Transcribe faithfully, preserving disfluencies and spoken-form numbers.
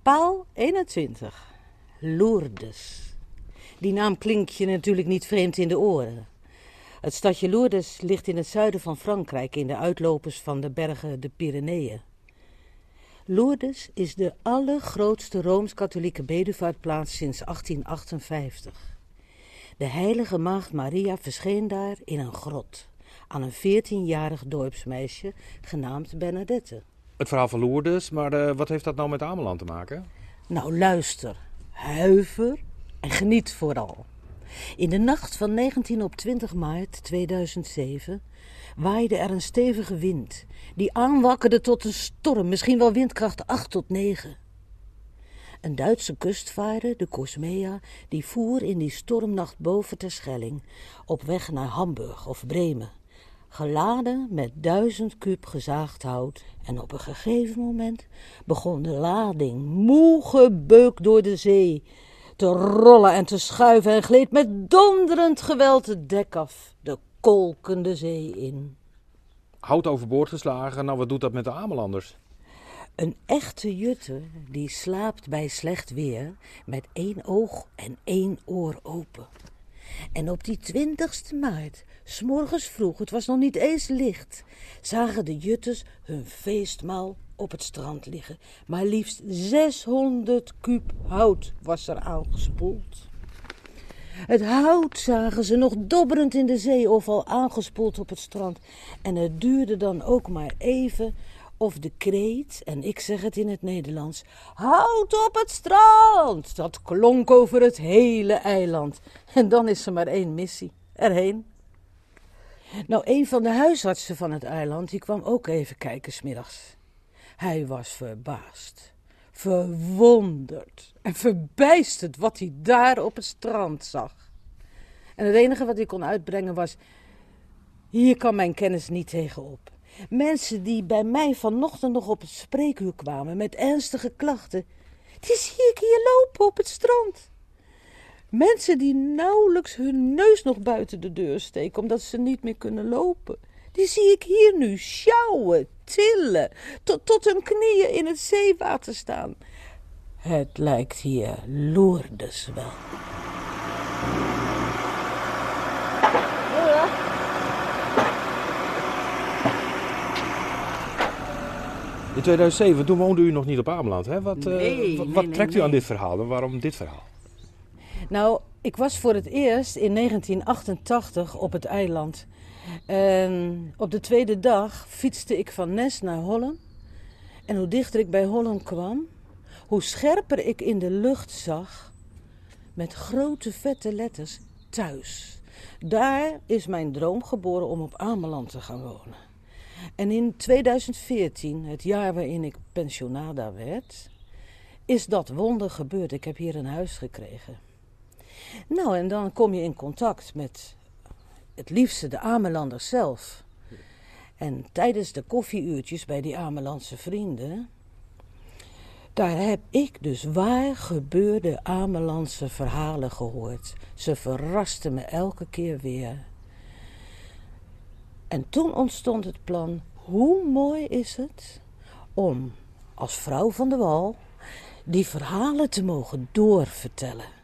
Paal eenentwintig. Lourdes. Die naam klinkt je natuurlijk niet vreemd in de oren. Het stadje Lourdes ligt in het zuiden van Frankrijk, in de uitlopers van de bergen de Pyreneeën. Lourdes is de allergrootste Rooms-Katholieke bedevaartplaats sinds achttien achtenvijftig. De heilige maagd Maria verscheen daar in een grot aan een veertienjarig dorpsmeisje genaamd Bernadette. Het verhaal van Lourdes, maar uh, wat heeft dat nou met Ameland te maken? Nou luister, huiver en geniet vooral. In de nacht van negentien op twintig maart tweeduizend zeven waaide er een stevige wind die aanwakkerde tot een storm, misschien wel windkracht acht tot negen. Een Duitse kustvaarder, de Cosmea, die voer in die stormnacht boven Terschelling op weg naar Hamburg of Bremen, geladen met duizend kuub gezaagd hout, en op een gegeven moment begon de lading moe gebeukt door de zee te rollen en te schuiven en gleed met donderend geweld het dek af, de kolkende zee in. Hout overboord geslagen, nou wat doet dat met de Amelanders? Een echte jutter die slaapt bij slecht weer met één oog en één oor open. En op die twintigste maart, 's morgens vroeg, het was nog niet eens licht, zagen de jutters hun feestmaal op het strand liggen. Maar liefst zeshonderd kuub hout was er aangespoeld. Het hout zagen ze nog dobberend in de zee of al aangespoeld op het strand. En het duurde dan ook maar even of de kreet, en ik zeg het in het Nederlands, hout op het strand, dat klonk over het hele eiland. En dan is er maar één missie, erheen. Nou, een van de huisartsen van het eiland, die kwam ook even kijken 's middags. Hij was verbaasd, verwonderd en verbijsterd wat hij daar op het strand zag. En het enige wat hij kon uitbrengen was, hier kan mijn kennis niet tegenop. Mensen die bij mij vanochtend nog op het spreekuur kwamen met ernstige klachten, die zie ik hier lopen op het strand. Mensen die nauwelijks hun neus nog buiten de deur steken omdat ze niet meer kunnen lopen, die zie ik hier nu sjouwen, tillen, tot, tot hun knieën in het zeewater staan. Het lijkt hier Lourdes wel. In tweeduizend zeven, toen woonde u nog niet op Ameland, hè? Wat, nee, uh, wat, nee, wat nee, trekt u nee. aan dit verhaal en waarom dit verhaal? Nou, ik was voor het eerst in negentien achtentachtig op het eiland. En op de tweede dag fietste ik van Nes naar Hollen. En hoe dichter ik bij Hollen kwam, hoe scherper ik in de lucht zag, met grote vette letters, thuis. Daar is mijn droom geboren om op Ameland te gaan wonen. En in tweeduizend veertien, het jaar waarin ik pensionada werd, is dat wonder gebeurd. Ik heb hier een huis gekregen. Nou, en dan kom je in contact met het liefste de Amelanders zelf. En tijdens de koffieuurtjes bij die Amelandse vrienden, daar heb ik dus waar gebeurde Amelandse verhalen gehoord. Ze verrasten me elke keer weer. En toen ontstond het plan, hoe mooi is het om als vrouw van de wal die verhalen te mogen doorvertellen.